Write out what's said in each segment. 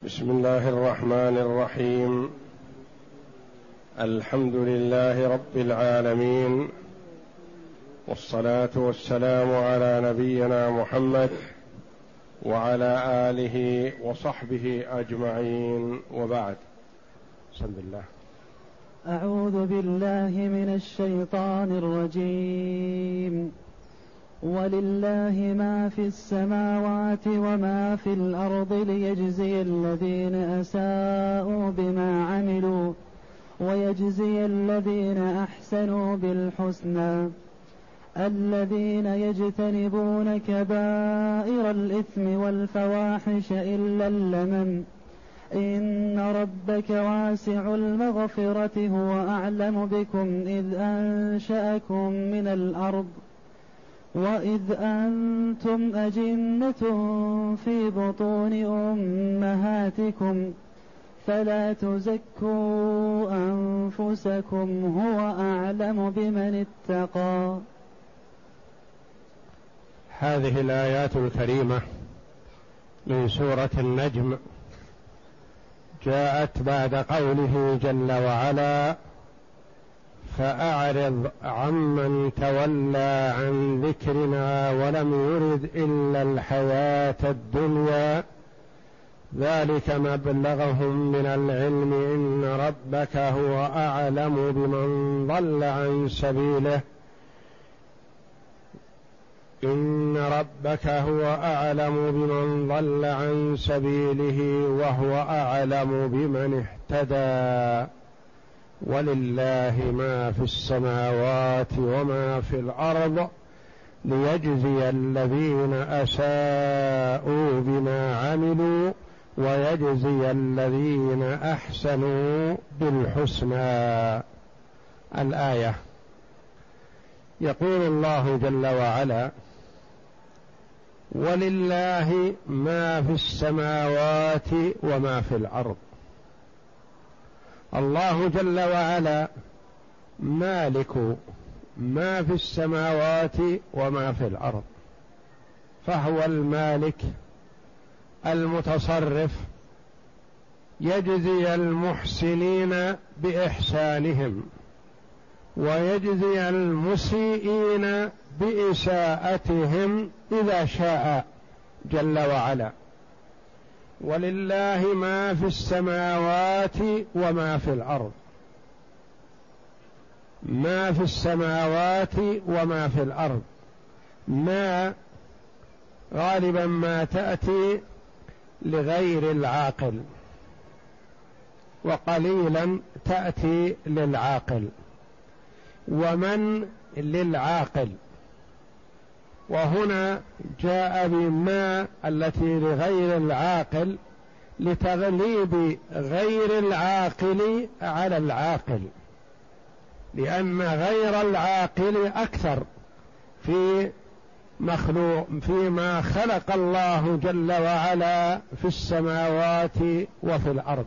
بسم الله الرحمن الرحيم. الحمد لله رب العالمين، والصلاة والسلام على نبينا محمد وعلى آله وصحبه أجمعين، وبعد. بسم الله. أعوذ بالله من الشيطان الرجيم. ولله ما في السماوات وما في الأرض ليجزي الذين أساءوا بما عملوا ويجزي الذين أحسنوا بالحسنى الذين يجتنبون كبائر الإثم والفواحش إلا اللمم إن ربك واسع المغفرة هو أعلم بكم إذ أنشأكم من الأرض وإذ أنتم أجنة في بطون أمهاتكم فلا تزكوا أنفسكم هو أعلم بمن اتقى. هذه الآيات الكريمة من سورة النجم جاءت بعد قوله جل وعلا: فأعرض عمن تولى عن ذكرنا ولم يرد إلا الحياة الدنيا ذلك مبلغهم من العلم إن ربك هو أعلم بمن ضل عن سبيله إن ربك هو أعلم بمن ضل عن سبيله وهو أعلم بمن اهتدى ولله ما في السماوات وما في الأرض ليجزي الذين أساءوا بما عملوا ويجزي الذين أحسنوا بالحسنى. الآية. يقول الله جل وعلا: ولله ما في السماوات وما في الأرض. الله جل وعلا مالك ما في السماوات وما في الأرض، فهو المالك المتصرف، يجزي المحسنين بإحسانهم ويجزي المسيئين بإساءتهم إذا شاء جل وعلا. ولله ما في السماوات وما في الأرض. ما في السماوات وما في الأرض، ما غالبا ما تأتي لغير العاقل وقليلا تأتي للعاقل، ومن للعاقل، وهنا جاء بما التي لغير العاقل لتغليب غير العاقل على العاقل، لأن غير العاقل أكثر في مخلوق فيما خلق الله جل وعلا في السماوات وفي الأرض.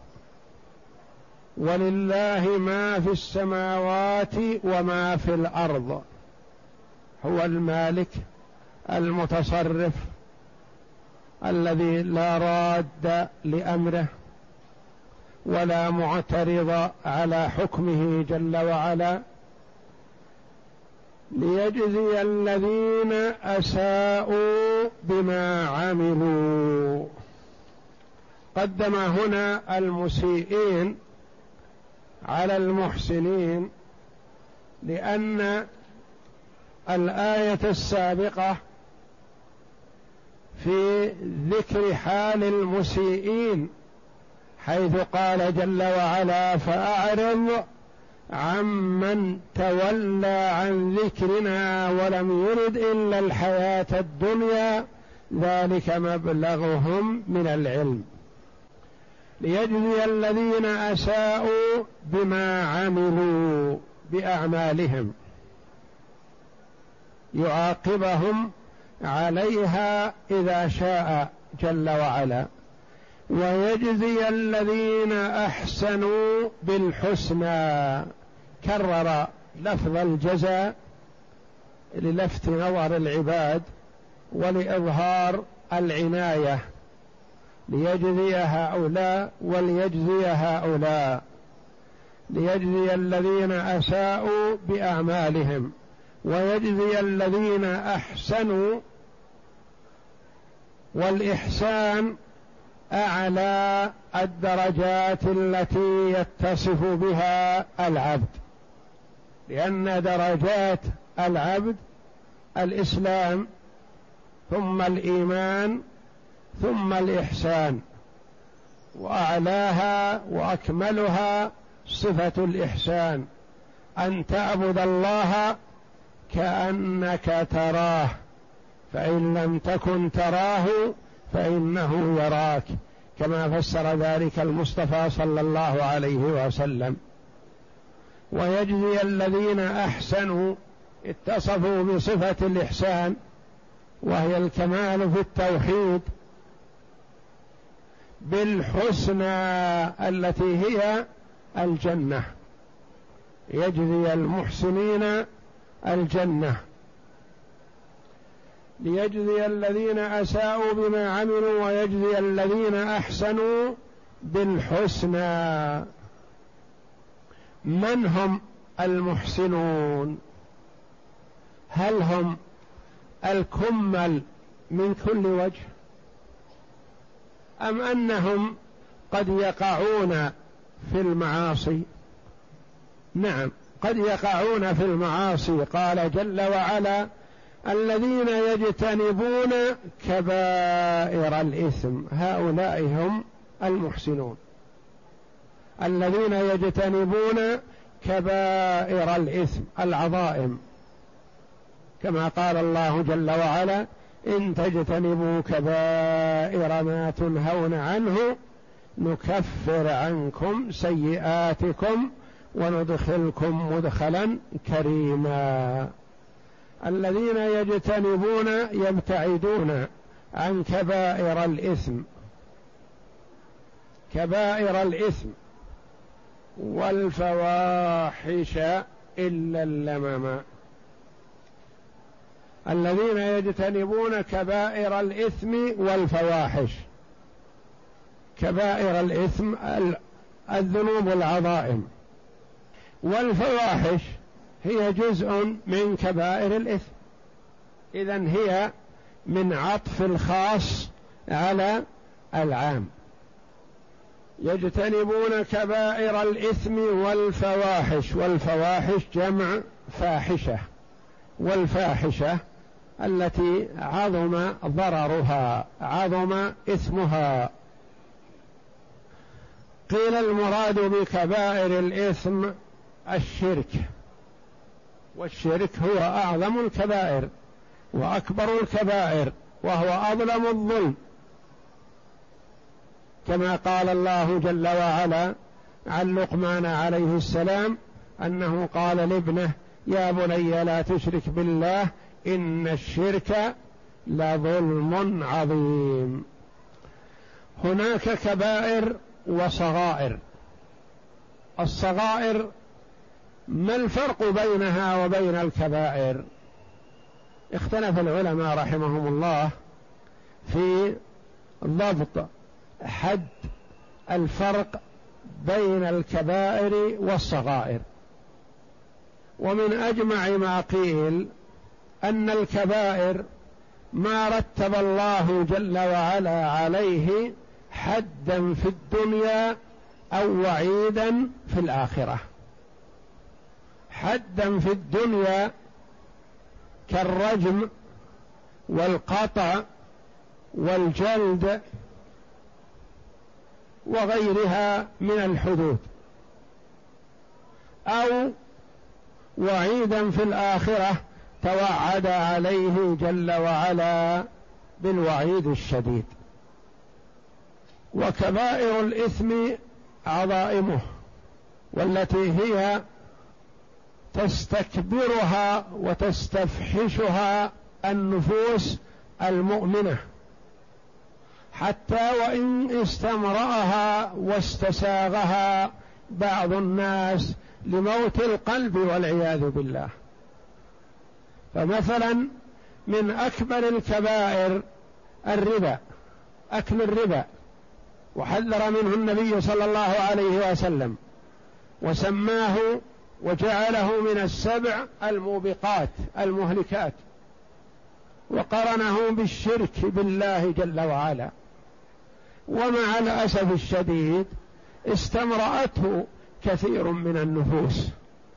ولله ما في السماوات وما في الأرض، هو المالك المتصرف الذي لا راد لأمره ولا معترض على حكمه جل وعلا، ليجزي الذين أساءوا بما عملوا. قدم هنا المسيئين على المحسنين، لأن الآية السابقة في ذكر حال المسيئين، حيث قال جل وعلا: فأعرض عمن تولى عن ذكرنا ولم يرد إلا الحياة الدنيا ذلك مبلغهم من العلم ليجزي الذين أساءوا بما عملوا بأعمالهم، يعاقبهم عليها إذا شاء جل وعلا، ويجزي الذين أحسنوا بالحسنى. كرر لفظ الجزاء للفت نظر العباد ولإظهار العناية ليجزي هؤلاء وليجزي هؤلاء، ليجزي الذين أساءوا بأعمالهم ويجزي الذين أحسنوا. والإحسان أعلى الدرجات التي يتصف بها العبد، لأن درجات العبد الإسلام ثم الإيمان ثم الإحسان، وأعلاها وأكملها صفة الإحسان، أن تعبد الله كأنك تراه، فإن لم تكن تراه فإنه يراك، كما فسر ذلك المصطفى صلى الله عليه وسلم. ويجزي الذين أحسنوا اتصفوا بصفة الإحسان وهي الكمال في التوحيد بالحسنى التي هي الجنة، يجزي المحسنين الجنة. ليجزي الذين أساءوا بما عملوا ويجزي الذين أحسنوا بالحسنى. من هم المحسنون؟ هل هم الكمل من كل وجه، أم أنهم قد يقعون في المعاصي؟ نعم، قد يقعون في المعاصي. قال جل وعلا: الذين يجتنبون كبائر الإثم، هؤلاء هم المحسنون، الذين يجتنبون كبائر الإثم، العظائم، كما قال الله جل وعلا: إن تجتنبوا كبائر ما تنهون عنه نكفر عنكم سيئاتكم وندخلكم مدخلا كريما. الذين يجتنبون يبتعدون عن كبائر الإثم، كبائر الإثم والفواحش إلا اللمم. الذين يجتنبون كبائر الإثم والفواحش، كبائر الإثم الذنوب العظائم، والفواحش هي جزء من كبائر الإثم، إذن هي من عطف الخاص على العام. يجتنبون كبائر الإثم والفواحش، والفواحش جمع فاحشة، والفاحشة التي عظم ضررها، عظم إثمها. قيل المراد بكبائر الإثم الشرك، والشرك هو أعظم الكبائر وأكبر الكبائر وهو أظلم الظلم، كما قال الله جل وعلا عن لقمان عليه السلام أنه قال لابنه: يا بني لا تشرك بالله إن الشرك لظلم عظيم. هناك كبائر وصغائر. الصغائر ما الفرق بينها وبين الكبائر؟ اختلف العلماء رحمهم الله في ضبط حد الفرق بين الكبائر والصغائر، ومن أجمع ما قيل أن الكبائر ما رتب الله جل وعلا عليه حدا في الدنيا أو وعيدا في الآخرة. حدا في الدنيا كالرجم والقطع والجلد وغيرها من الحدود، أو وعيدا في الآخرة توعد عليه جل وعلا بالوعيد الشديد. وكبائر الإثم عظائمه، والتي هي تستكبرها وتستفحشها النفوس المؤمنة، حتى وإن استمرأها واستساغها بعض الناس لموت القلب والعياذ بالله. فمثلا من أكبر الكبائر الربا، أكل الربا، وحذر منه النبي صلى الله عليه وسلم، وسماه وجعله من السبع الموبقات المهلكات، وقرنه بالشرك بالله جل وعلا. ومع الأسف الشديد استمرأته كثير من النفوس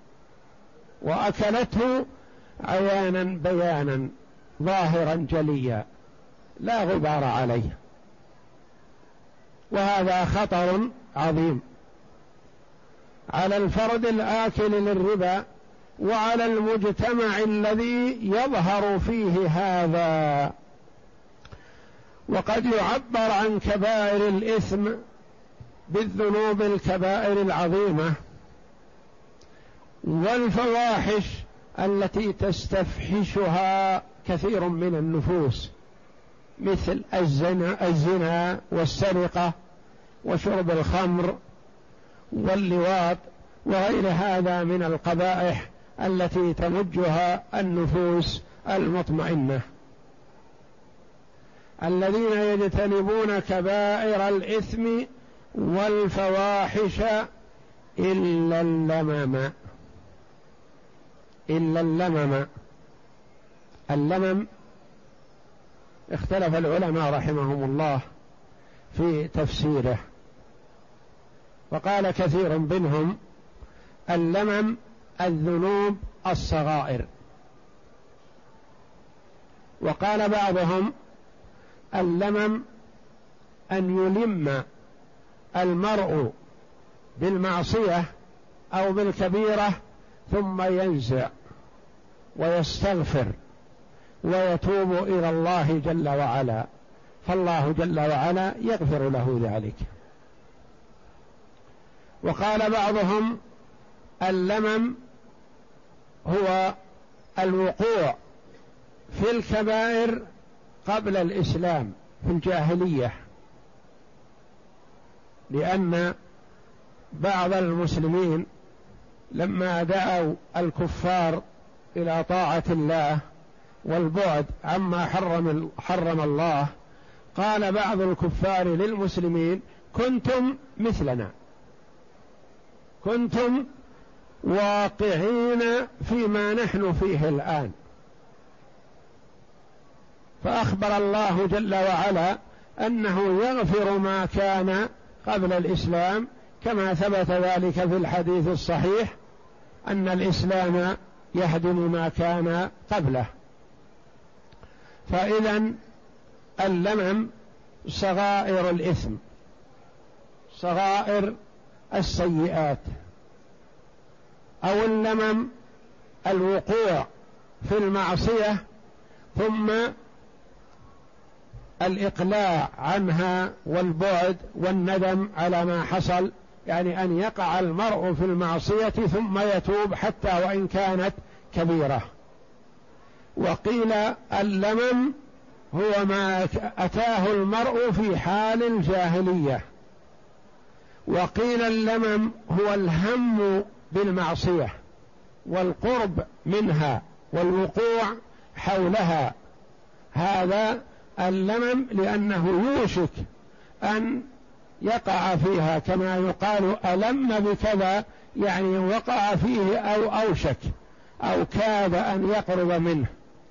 وأكلته عيانا بيانا ظاهرا جليا لا غبار عليه، وهذا خطر عظيم على الفرد الآكل للربا وعلى المجتمع الذي يظهر فيه هذا. وقد يعبر عن كبائر الإثم بالذنوب الكبائر العظيمة والفواحش التي تستفحشها كثير من النفوس، مثل الزنا والسرقة وشرب الخمر واللواط وغير هذا من القبائح التي تمجها النفوس المطمئنة. الذين يجتنبون كبائر الإثم والفواحش إلا اللمم. إلا اللمم. اللمم اختلف العلماء رحمهم الله في تفسيره، وقال كثير منهم اللمم الذنوب الصغائر، وقال بعضهم اللمم أن يلم المرء بالمعصية أو بالكبيرة ثم ينزع ويستغفر ويتوب إلى الله جل وعلا، فالله جل وعلا يغفر له ذلك. وقال بعضهم اللمم هو الوقوع في الكبائر قبل الإسلام في الجاهلية، لأن بعض المسلمين لما دعوا الكفار إلى طاعة الله والبعد عما حرم الله، قال بعض الكفار للمسلمين كنتم مثلنا، كنتم واقعين فيما نحن فيه الآن. فأخبر الله جل وعلا أنه يغفر ما كان قبل الإسلام، كما ثبت ذلك في الحديث الصحيح أن الإسلام يهدم ما كان قبله. فإذا اللمم صغائر الإثم، صغائر السيئات، أو اللمم الوقوع في المعصية ثم الإقلاع عنها والبعد والندم على ما حصل، يعني أن يقع المرء في المعصية ثم يتوب حتى وإن كانت كبيرة. وقيل اللمم هو ما أتاه المرء في حال الجاهلية، وقيل اللمم هو الهم بالمعصية والقرب منها والوقوع حولها، هذا اللمم لأنه يوشك أن يقع فيها، كما يقال ألم بكذا، يعني وقع فيه أو أوشك أو كاد أن يقرب منه.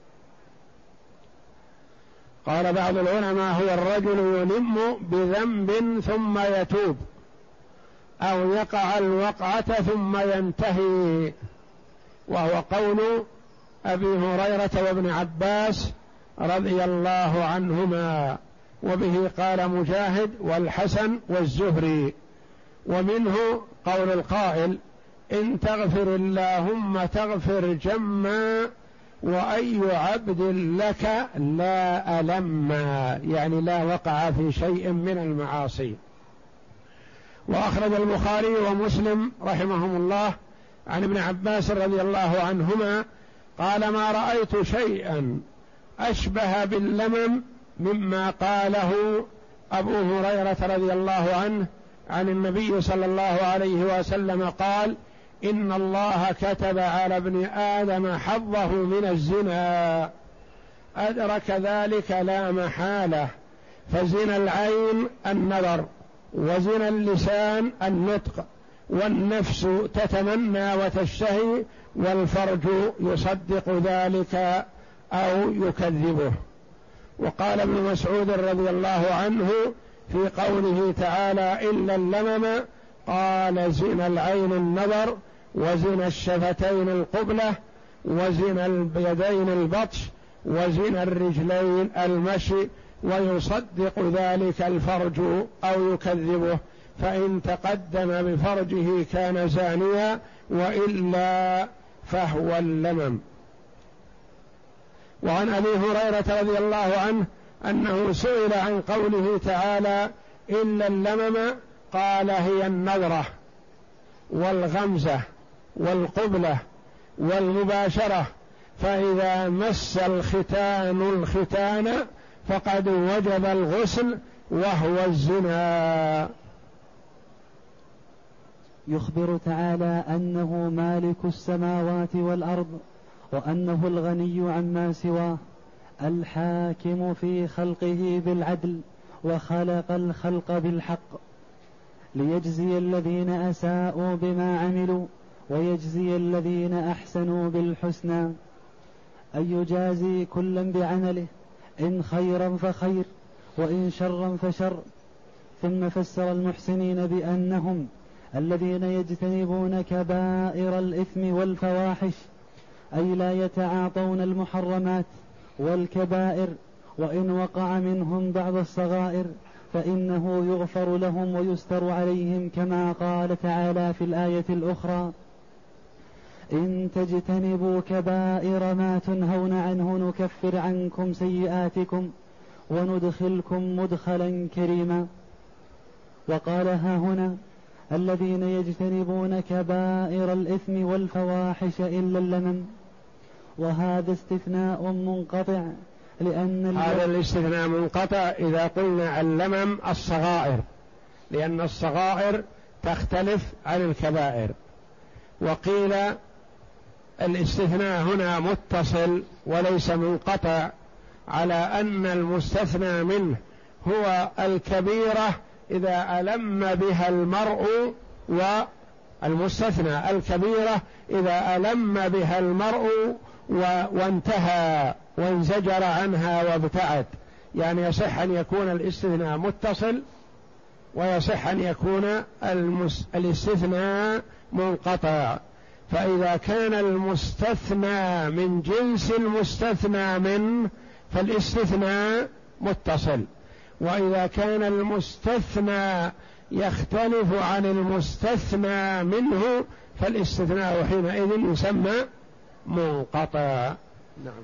قال بعض العلماء هو الرجل يلم بذنب ثم يتوب، أو يقع الوقعة ثم ينتهي، وهو قول أبي هريرة وابن عباس رضي الله عنهما، وبه قال مجاهد والحسن والزهري. ومنه قول القائل إن تغفر اللهم تغفر جما وأي عبد لك لا ألم، يعني لا وقع في شيء من المعاصي. وأخرج البخاري ومسلم رحمهم الله عن ابن عباس رضي الله عنهما قال ما رأيت شيئا أشبه باللمم مما قاله أبو هريرة رضي الله عنه عن النبي صلى الله عليه وسلم قال إن الله كتب على ابن آدم حظه من الزنا، أدرك ذلك لا محالة، فزنا العين النظر، وزنا اللسان النطق، والنفس تتمنى وتشتهي، والفرج يصدق ذلك أو يكذبه. وقال ابن مسعود رضي الله عنه في قوله تعالى إلا اللمم، قال زنا العين النظر، وزنا الشفتين القبلة، وزنا اليدين البطش، وزنا الرجلين المشي، ويصدق ذلك الفرج أو يكذبه، فإن تقدم بفرجه كان زانيا، وإلا فهو اللمم. وعن أبي هريرة رضي الله عنه أنه سئل عن قوله تعالى إلا اللمم، قال هي النظرة والغمزة والقبلة والمباشرة، فإذا مس الختان الختان فقد وجب الغسل وهو الزنا. يخبر تعالى أنه مالك السماوات والأرض، وأنه الغني عما سواه، الحاكم في خلقه بالعدل، وخلق الخلق بالحق، ليجزي الذين أساءوا بما عملوا ويجزي الذين أحسنوا بالحسنى، أي يجازي كلا بعمله، إن خيرا فخير وإن شرا فشر. ثم فسر المحسنين بأنهم الذين يجتنبون كبائر الإثم والفواحش، أي لا يتعاطون المحرمات والكبائر، وإن وقع منهم بعض الصغائر فإنه يغفر لهم ويستر عليهم، كما قال تعالى في الآية الأخرى إن تجتنبوا كبائر ما تنهون عنه نكفر عنكم سيئاتكم وندخلكم مدخلا كريما. وقال ها هنا الذين يجتنبون كبائر الإثم والفواحش إلا اللمم، وهذا استثناء منقطع، لأن هذا الاستثناء منقطع إذا قلنا اللمم الصغائر، لأن الصغائر تختلف عن الكبائر. وقيل الاستثناء هنا متصل وليس منقطع، على أن المستثنى منه هو الكبيرة إذا ألم بها المرء، والمستثنى الكبيرة إذا ألم بها المرء وانتهى وانزجر عنها وابتعد. يعني يصح أن يكون الاستثناء متصل، ويصح أن يكون الاستثناء منقطع. فإذا كان المستثنى من جنس المستثنى منه فالاستثناء متصل، وإذا كان المستثنى يختلف عن المستثنى منه فالاستثناء حينئذ يسمى منقطع. نعم.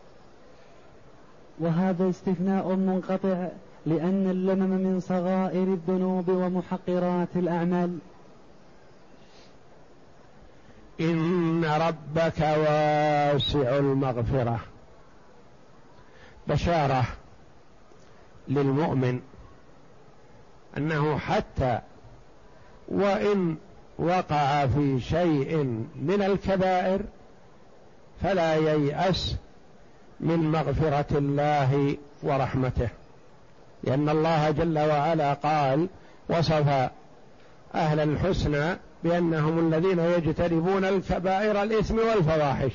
وهذا استثناء منقطع لأن اللمم من صغائر الذنوب ومحقرات الأعمال. إن ربك واسع المغفرة، بشارة للمؤمن أنه حتى وإن وقع في شيء من الكبائر فلا ييأس من مغفرة الله ورحمته، لأن الله جل وعلا قال وصف أهل الحسنى بأنهم الذين يجتنبون الكبائر الإثم والفواحش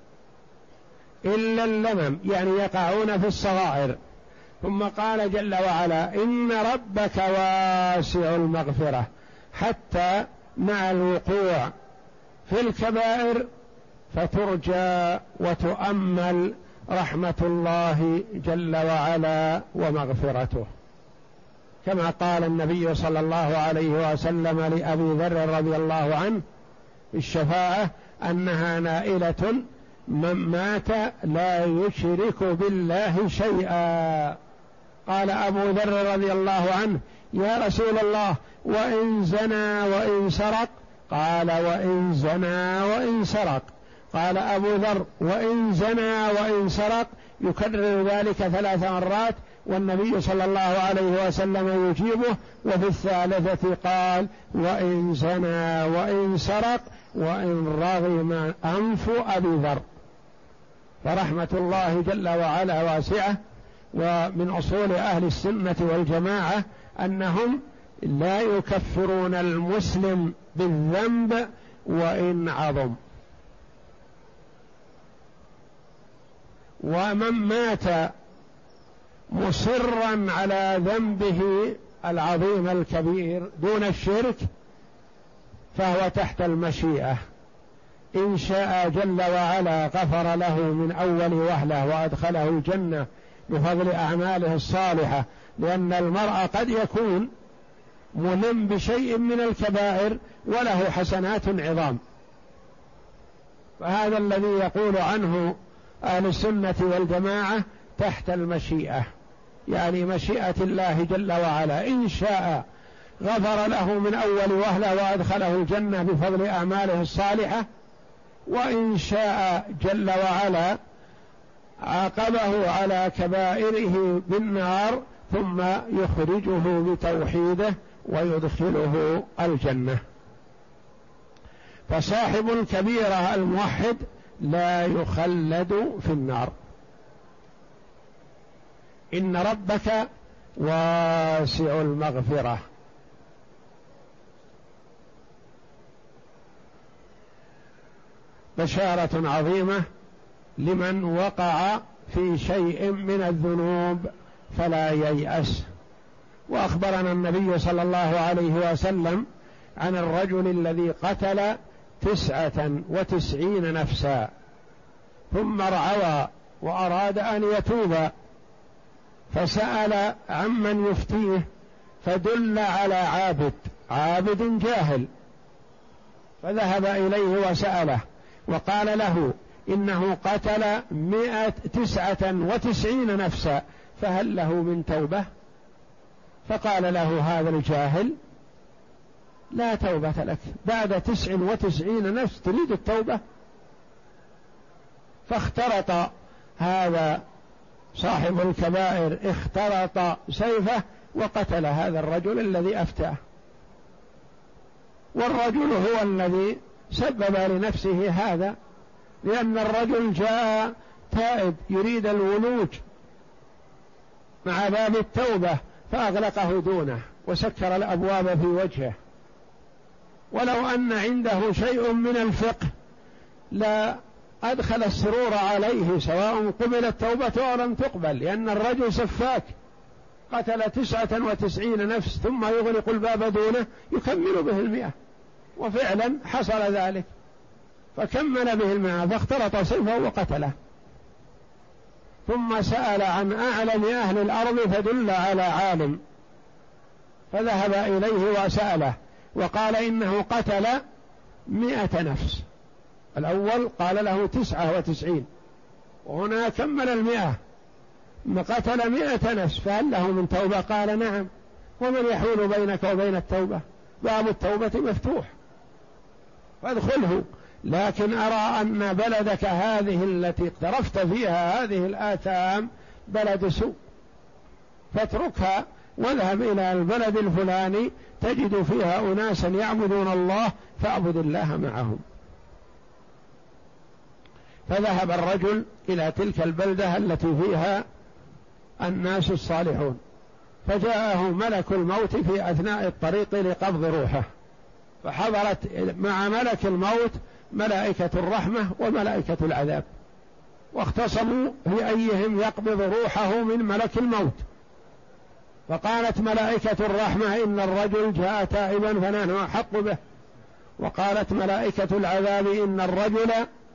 إلا اللمم، يعني يقعون في الصغائر. ثم قال جل وعلا إن ربك واسع المغفرة، حتى مع الوقوع في الكبائر فترجى وتؤمل رحمة الله جل وعلا ومغفرته، كما قال النبي صلى الله عليه وسلم لأبي ذر رضي الله عنه الشفاعة أنها نائلة من مات لا يشرك بالله شيئا. قال أبو ذر رضي الله عنه يا رسول الله وإن زنى وإن سرق؟ قال وإن زنى وإن سرق. قال أبو ذر وإن زنى وإن سرق، يكرر ذلك 3 مرات، والنبي صلى الله عليه وسلم يجيبه، وفي الثالثة قال وإن زنى وإن سرق وإن رغم أنف أبي ذر. فرحمة الله جل وعلا واسعة، ومن أصول أهل السنة والجماعة أنهم لا يكفرون المسلم بالذنب وإن عظم. ومن مات مصرا على ذنبه العظيم الكبير دون الشرك فهو تحت المشيئة، إن شاء جل وعلا غفر له من أول وهلة وأدخله الجنة بفضل أعماله الصالحة، لأن المرء قد يكون ملم بشيء من الكبائر وله حسنات عظام، فهذا الذي يقول عنه أهل السنة والجماعة تحت المشيئة، يعني مشيئة الله جل وعلا، إن شاء غفر له من أول وهلة وأدخله الجنة بفضل أعماله الصالحة، وإن شاء جل وعلا عاقبه على كبائره بالنار ثم يخرجه بتوحيده ويدخله الجنة. فصاحب الكبيرة الموحد لا يخلد في النار. إن ربك واسع المغفرة. بشارة عظيمة لمن وقع في شيء من الذنوب فلا ييأس. وأخبرنا النبي صلى الله عليه وسلم عن الرجل الذي قتل 99 نفسا ثم رعوى وأراد أن يتوب، فسأل عمن يفتيه فدل على عابد جاهل، فذهب إليه وسأله وقال له إنه قتل 199 نفسا فهل له من توبة؟ فقال له هذا الجاهل لا توبة لك، بعد 99 نفس تريد التوبة؟ فاخترط هذا صاحب الكبائر، اخترط سيفه وقتل هذا الرجل الذي أفتاه، والرجل هو الذي سبب لنفسه هذا، لأن الرجل جاء تائب يريد الولوج مع باب التوبة فأغلقه دونه وسكر الأبواب في وجهه، ولو أن عنده شيء من الفقه لا أدخل السرور عليه سواء قبلت توبته أو لم تقبل، لأن الرجل سفاك قتل 99 نفس ثم يغلق الباب دونه يكمل به 100، وفعلا حصل ذلك فكمل به 100 فاختلط سيفه وقتله، ثم سأل عن أعلم أهل الأرض فدل على عالم فذهب إليه وسأله وقال إنه قتل 100 نفس. الأول قال له 99 وهنا كمل 100، ما قتل 100 نفس فهل له من توبة؟ قال نعم. ومن يحول بينك وبين التوبة؟ باب التوبة مفتوح فادخله، لكن أرى أن بلدك هذه التي اقترفت فيها هذه الآثام بلد سوء، فاتركها واذهب إلى البلد الفلاني تجد فيها أناسا يعبدون الله فاعبد الله معهم. فذهب الرجل إلى تلك البلدة التي فيها الناس الصالحون، فجاءه ملك الموت في أثناء الطريق لقبض روحه، فحضرت مع ملك الموت ملائكة الرحمة وملائكة العذاب، واختصموا في أيهم يقبض روحه من ملك الموت، فقالت ملائكة الرحمة إن الرجل جاء تائبا فنحن أحق به، وقالت ملائكة العذاب إن الرجل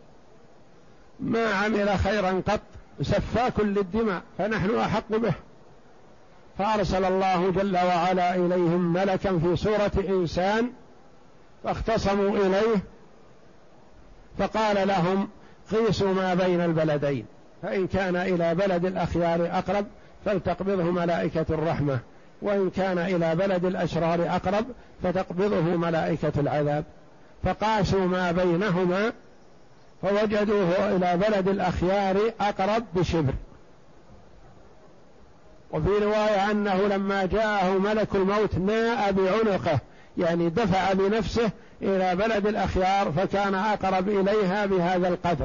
ما عمل خيرا قط سفاك للدماء فنحن أحق به. فأرسل الله جل وعلا إليهم ملكا في صورة إنسان فاختصموا إليه فقال لهم قيسوا ما بين البلدين، فإن كان إلى بلد الأخيار أقرب فلتقبضه ملائكة الرحمة، وإن كان إلى بلد الأشرار أقرب فتقبضه ملائكة العذاب. فقاسوا ما بينهما فوجدوه إلى بلد الأخيار أقرب بشبر. وفي رواية أنه لما جاءه ملك الموت ناء بعنقه، يعني دفع بنفسه إلى بلد الأخيار فكان أقرب إليها بهذا القدر.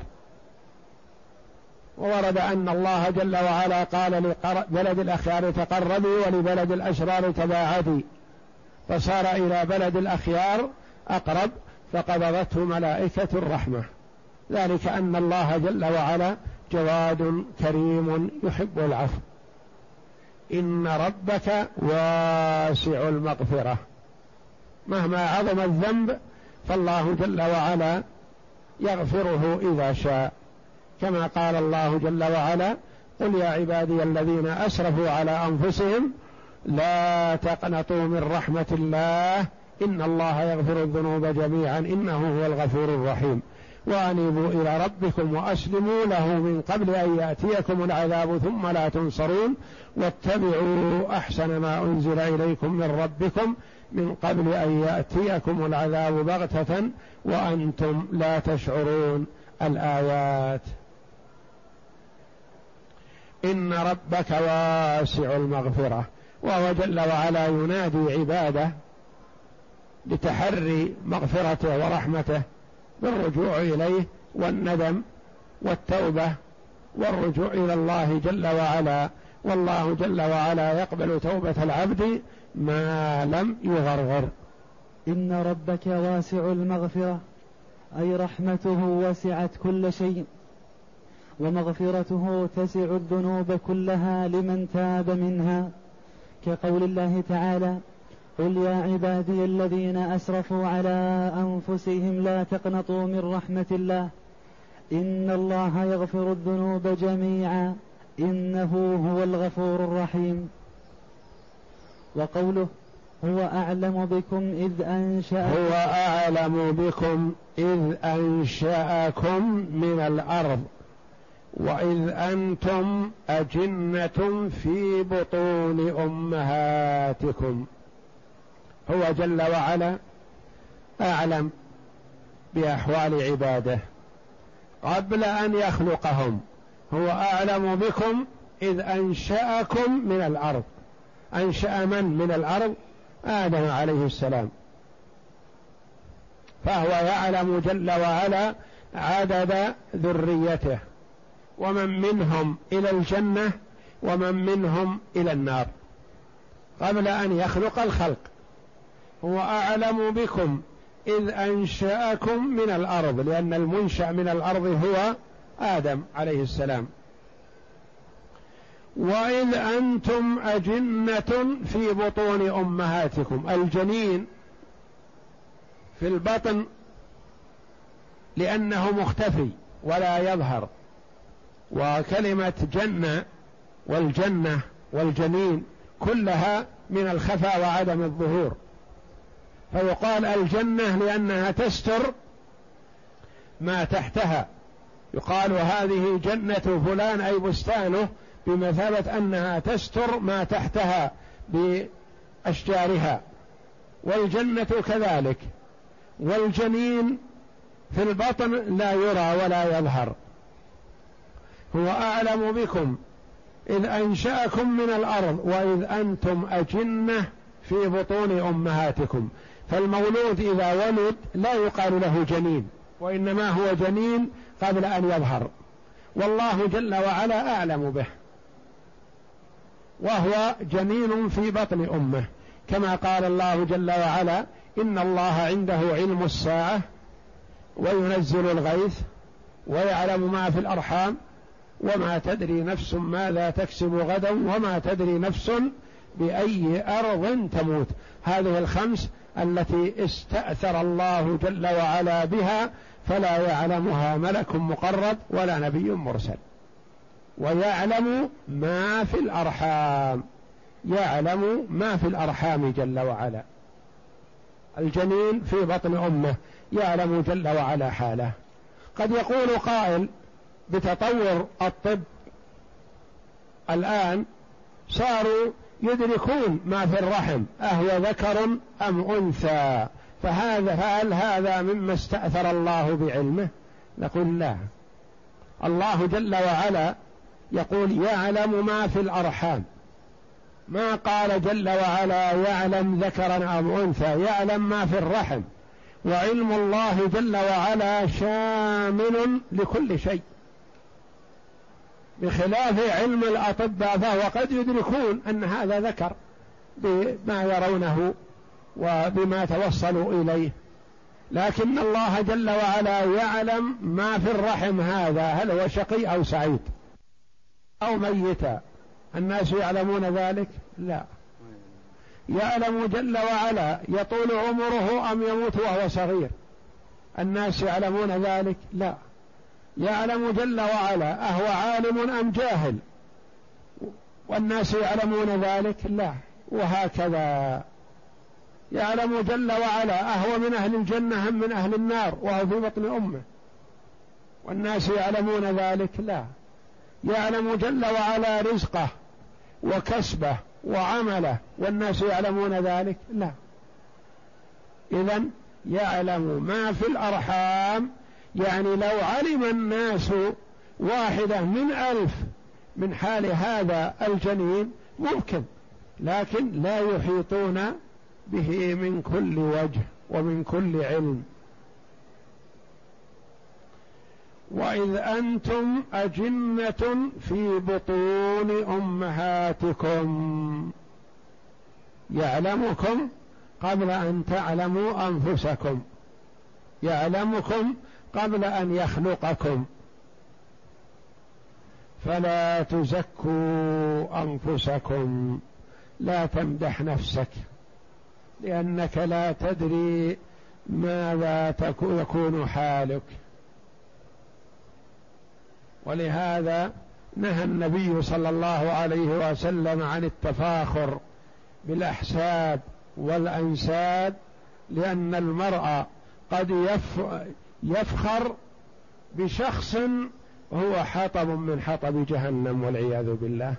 وورد أن الله جل وعلا قال لبلد الأخيار تقربي ولبلد الأشرار تباعدي، فصار إلى بلد الأخيار أقرب، فقبضته ملائكة الرحمة. ذلك أن الله جل وعلا جواد كريم يحب العفو. إن ربك واسع المغفرة، مهما عظم الذنب فالله جل وعلا يغفره إذا شاء، كما قال الله جل وعلا: قل يا عبادي الذين أسرفوا على أنفسهم لا تقنطوا من رحمة الله إن الله يغفر الذنوب جميعا إنه هو الغفور الرحيم، وأنيبوا إلى ربكم وأسلموا له من قبل أن يأتيكم العذاب ثم لا تنصرون، واتبعوا أحسن ما أنزل إليكم من ربكم من قبل أن يأتيكم العذاب بغتة وأنتم لا تشعرون. الآيات. إن ربك واسع المغفرة، وهو جل وعلا ينادي عباده لتحري مغفرته ورحمته بالرجوع إليه والندم والتوبة والرجوع إلى الله جل وعلا، والله جل وعلا يقبل توبة العبد ما لم يغرغر. إن ربك واسع المغفرة، أي رحمته وسعت كل شيء، ومغفرته تسع الذنوب كلها لمن تاب منها، كقول الله تعالى: قل يا عبادي الذين أسرفوا على أنفسهم لا تقنطوا من رحمة الله إن الله يغفر الذنوب جميعا إنه هو الغفور الرحيم. وقوله: هو أعلم بكم إذ أنشأكم، هو أعلم بكم إذ أنشأكم من الأرض وإذ أنتم أجنة في بطون أمهاتكم. هو جل وعلا أعلم بأحوال عباده قبل أن يخلقهم. هو أعلم بكم إذ أنشأكم من الأرض. أنشأ من الأرض؟ آدم عليه السلام. فهو يعلم جل وعلا عدد ذريته، ومن منهم إلى الجنة ومن منهم إلى النار قبل أن يخلق الخلق. هو أعلم بكم إذ أنشأكم من الأرض، لأن المنشأ من الأرض هو آدم عليه السلام. وإذ أنتم أجنة في بطون أمهاتكم. الجنين في البطن لأنه مختفي ولا يظهر، وكلمة جنة والجنة والجنين كلها من الخفاء وعدم الظهور، فيقال الجنة لأنها تستر ما تحتها. يقال هذه جنة فلان أي بستانه، بمثابة أنها تستر ما تحتها بأشجارها. والجنة كذلك. والجنين في البطن لا يرى ولا يظهر. هو أعلم بكم إذ أنشأكم من الأرض وإذ أنتم أجنة في بطون أمهاتكم. فالمولود إذا ولد لا يقال له جنين، وإنما هو جنين قبل أن يظهر، والله جل وعلا أعلم به، وهو جنين في بطن أمه، كما قال الله جل وعلا: إن الله عنده علم الساعة وينزل الغيث ويعلم ما في الأرحام وما تدري نفس ماذا تكسب غدا وما تدري نفس بأي أرض تموت. هذه الخمس التي استأثر الله جل وعلا بها، فلا يعلمها ملك مقرب ولا نبي مرسل. ويعلم ما في الأرحام، يعلم ما في الأرحام جل وعلا. الجنين في بطن أمه يعلم جل وعلا حاله. قد يقول قائل: بتطور الطب الآن صاروا يدركون ما في الرحم أهو ذكر أم أنثى، فهل هذا مما استأثر الله بعلمه؟ نقول لا. الله جل وعلا يقول يعلم ما في الأرحام، ما قال جل وعلا يعلم ذكرا أم أنثى، يعلم ما في الرحم. وعلم الله جل وعلا شامل لكل شيء، بخلاف علم الأطباء، فهو قد يدركون أن هذا ذكر بما يرونه وبما توصلوا إليه، لكن الله جل وعلا يعلم ما في الرحم هذا، هل هو شقي أو سعيد أو ميتا. الناس يعلمون ذلك؟ لا. يعلم جل وعلا يطول عمره أم يموت وهو صغير. الناس يعلمون ذلك؟ لا. يعلم جل وعلا أهو عالم أم جاهل، والناس يعلمون ذلك؟ لا. وهكذا يعلم جل وعلا أهو من أهل الجنة أم من أهل النار وهو في بطن أمه، والناس يعلمون ذلك؟ لا. يعلم جل وعلا رزقه وكسبه وعمله، والناس يعلمون ذلك؟ لا. إذن يعلم ما في الأرحام، يعني لو علم الناس 1 من 1000 من حال هذا الجنين ممكن، لكن لا يحيطون به من كل وجه ومن كل علم. وإذ أنتم أجنة في بطون أمهاتكم يعلمكم قبل أن تعلموا أنفسكم، يعلمكم قبل أن يخلقكم، فلا تزكوا أنفسكم، لا تمدح نفسك، لأنك لا تدري ماذا يكون حالك. ولهذا نهى النبي صلى الله عليه وسلم عن التفاخر بالأحساب والأنساب، لأن المرء قد يفخر بشخص هو حطب من حطب جهنم والعياذ بالله،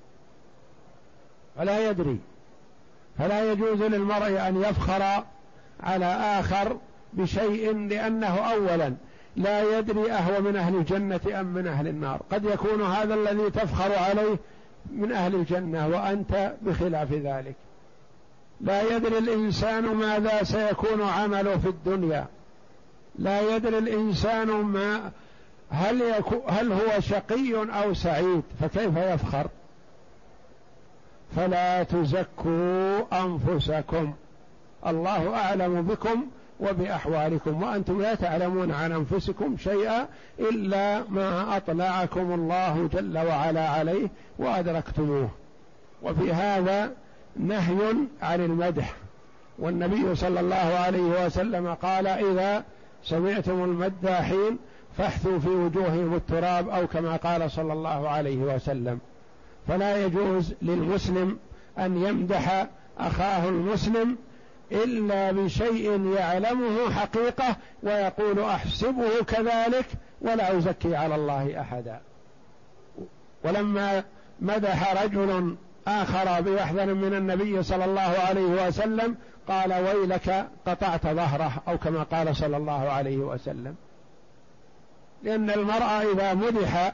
فلا يدري. فلا يجوز للمرء أن يفخر على آخر بشيء، لأنه أولا لا يدري أهو من أهل الجنة أم من أهل النار. قد يكون هذا الذي تفخر عليه من أهل الجنة وأنت بخلاف ذلك. لا يدري الإنسان ماذا سيكون عمله في الدنيا، لا يدري الإنسان هل هو شقي أو سعيد، فكيف يفخر؟ فلا تزكوا أنفسكم، الله أعلم بكم وبأحوالكم، وأنتم لا تعلمون عن أنفسكم شيئا إلا ما أطلعكم الله جل وعلا عليه وأدركتموه. وفي هذا نهي عن المدح، والنبي صلى الله عليه وسلم قال: إذا سمعتم المداحين فاحثوا في وجوههم التراب، أو كما قال صلى الله عليه وسلم. فلا يجوز للمسلم أن يمدح أخاه المسلم إلا بشيء يعلمه حقيقة ويقول أحسبه كذلك ولا أزكي على الله أحدا. ولما مدح رجل آخر بأحسن من النبي صلى الله عليه وسلم قال: ويلك قطعت ظهره، أو كما قال صلى الله عليه وسلم. لأن المرء إذا مدح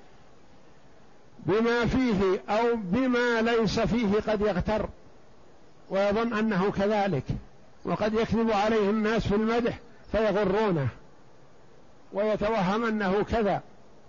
بما فيه أو بما ليس فيه قد يغتر ويظن أنه كذلك، وقد يكذب عليه الناس في المدح فيغرونه ويتوهم أنه كذا.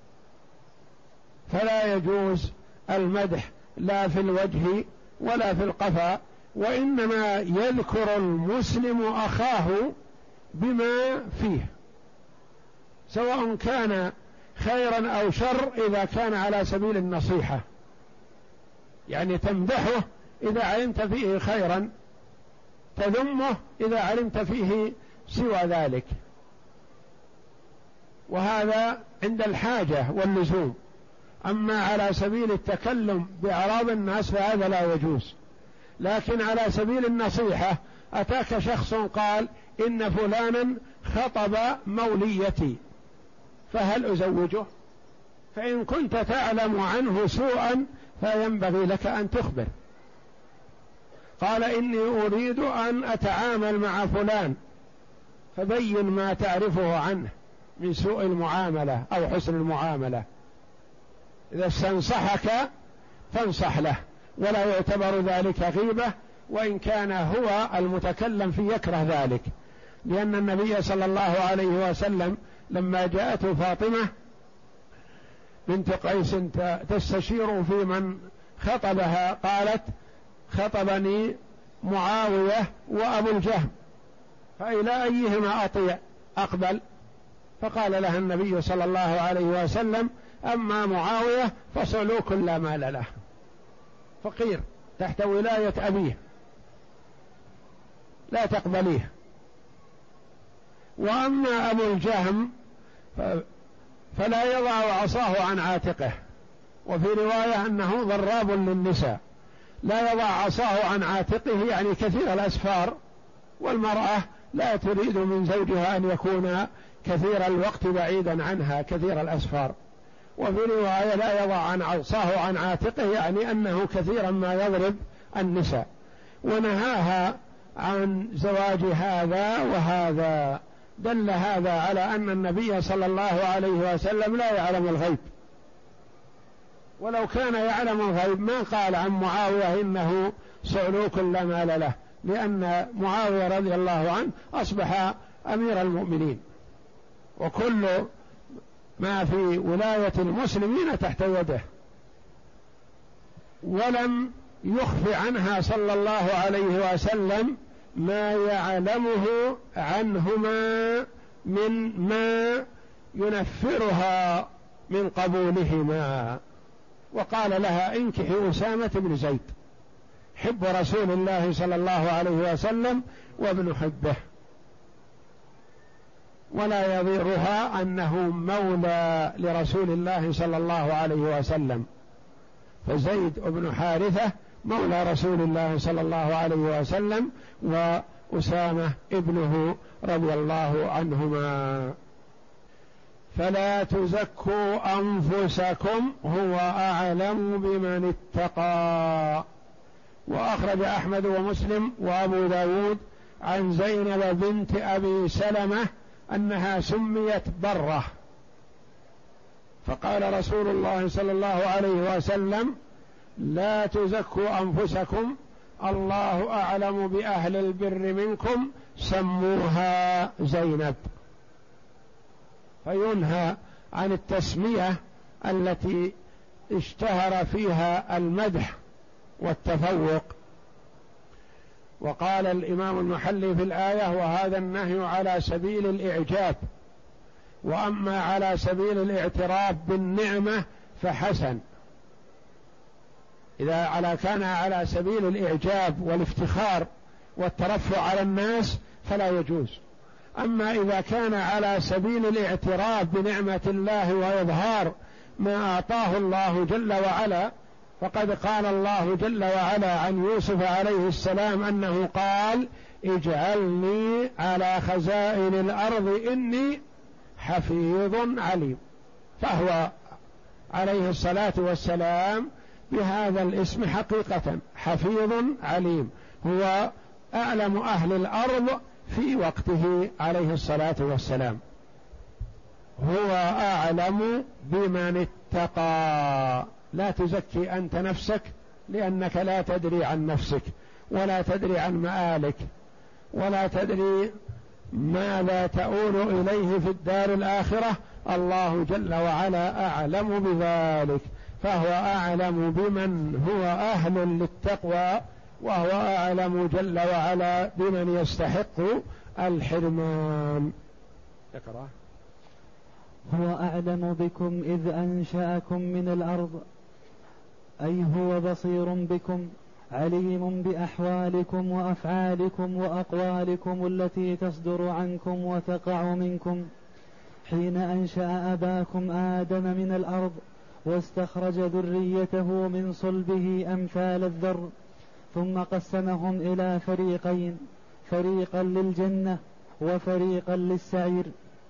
فلا يجوز المدح لا في الوجه ولا في القفا، وإنما يذكر المسلم أخاه بما فيه، سواء كان خيرا أو شر، إذا كان على سبيل النصيحة، يعني تمدحه إذا علمت فيه خيرا، تذمه إذا علمت فيه سوى ذلك، وهذا عند الحاجة واللزوم. أما على سبيل التكلم بأعراض الناس فهذا لا يجوز. لكن على سبيل النصيحة، أتاك شخص قال: إن فلانا خطب موليتي فهل أزوجه؟ فإن كنت تعلم عنه سوءا فينبغي لك أن تخبر. قال: إني أريد أن أتعامل مع فلان، فبين ما تعرفه عنه من سوء المعاملة أو حسن المعاملة. إذا استنصحك فانصح له، ولا يعتبر ذلك غيبة، وإن كان هو المتكلم فيه يكره ذلك. لأن النبي صلى الله عليه وسلم لما جاءته فاطمة بنت قيس تستشير في من خطبها، قالت: خطبني معاوية وأبو الجهم، فإلى أيهما أطيع أقبل؟ فقال لها النبي صلى الله عليه وسلم: أما معاوية فصلوك لا مال له، فقير تحت ولاية أبيه لا تقبليه. وأما أبو الجهم فلا يضع عصاه عن عاتقه، وفي رواية أنه ضراب للنساء، لا يضع عصاه عن عاتقه يعني كثير الأسفار، والمرأة لا تريد من زوجها أن يكون كثير الوقت بعيدا عنها كثير الأسفار. وفي رواية لا يضع عصاه عن عاتقه يعني أنه كثيرا ما يضرب النساء، ونهاها عن زواج هذا وهذا. دل هذا على أن النبي صلى الله عليه وسلم لا يعلم الغيب، ولو كان يعلم الغيب ما قال عن معاوية إنه صعلوك لا مال له، لأن معاوية رضي الله عنه أصبح أمير المؤمنين، وكل ما في ولاية المسلمين تحت يده، ولم يخف عنها صلى الله عليه وسلم ما يعلمه عنهما من ما ينفرها من قبولهما. وقال لها: انكحي أسامة بن زيد حب رسول الله صلى الله عليه وسلم وابن حبه. ولا يضيرها أنه مولى لرسول الله صلى الله عليه وسلم، فزيد بن حارثة مولى رسول الله صلى الله عليه وسلم، وأسامة ابنه رضي الله عنهما. فلا تزكوا أنفسكم هو أعلم بمن اتقى. وأخرج أحمد ومسلم وأبو داود عن زينب بنت أبي سلمة أنها سميت برة، فقال رسول الله صلى الله عليه وسلم: لا تزكوا أنفسكم، الله أعلم بأهل البر منكم، سموها زينب. فينهى عن التسمية التي اشتهر فيها المدح والتفوق. وقال الإمام المحلي في الآية: وهذا النهي على سبيل الإعجاب، وأما على سبيل الاعتراف بالنعمة فحسن. إذا كان على سبيل الإعجاب والافتخار والترفع على الناس فلا يجوز. أما إذا كان على سبيل الاعتراف بنعمة الله وإظهار ما أعطاه الله جل وعلا، فقد قال الله جل وعلا عن يوسف عليه السلام أنه قال: اجعلني على خزائن الأرض إني حفيظ عليم. فهو عليه الصلاة والسلام بهذا الاسم حقيقة حفيظ عليم، هو أعلم أهل الأرض في وقته عليه الصلاة والسلام، هو أعلم بمن اتقى. لا تزكي أنت نفسك، لأنك لا تدري عن نفسك، ولا تدري عن مآلك، ولا تدري ماذا تؤول إليه في الدار الآخرة. الله جل وعلا أعلم بذلك، فهو أعلم بمن هو أهل للتقوى، وهو أعلم جل وعلا بمن يستحق الحرمان. اقرأ. هو أعلم بكم إذ أنشأكم من الأرض، أي هو بصير بكم عليم بأحوالكم وأفعالكم وأقوالكم التي تصدر عنكم وتقع منكم، حين أنشأ أباكم آدم من الأرض واستخرج ذريته من صلبه أمثال الذر، ثم قسمهم إلى فريقين، فريقا للجنة وفريقا للسعير،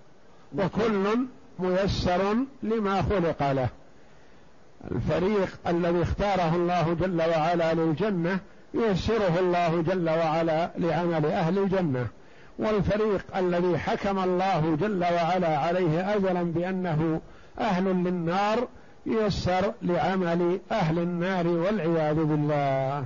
وكل ميسر لما خلق له. الفريق الذي اختاره الله جل وعلا للجنة ييسره الله جل وعلا لعمل أهل الجنة، والفريق الذي حكم الله جل وعلا عليه أجلا بأنه أهل للنار ييسر لعمل أهل النار والعياذ بالله.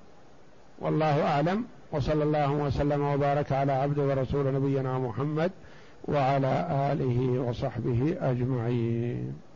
والله أعلم، وصلى الله وسلم وبارك على عبده ورسول نبينا محمد وعلى آله وصحبه أجمعين.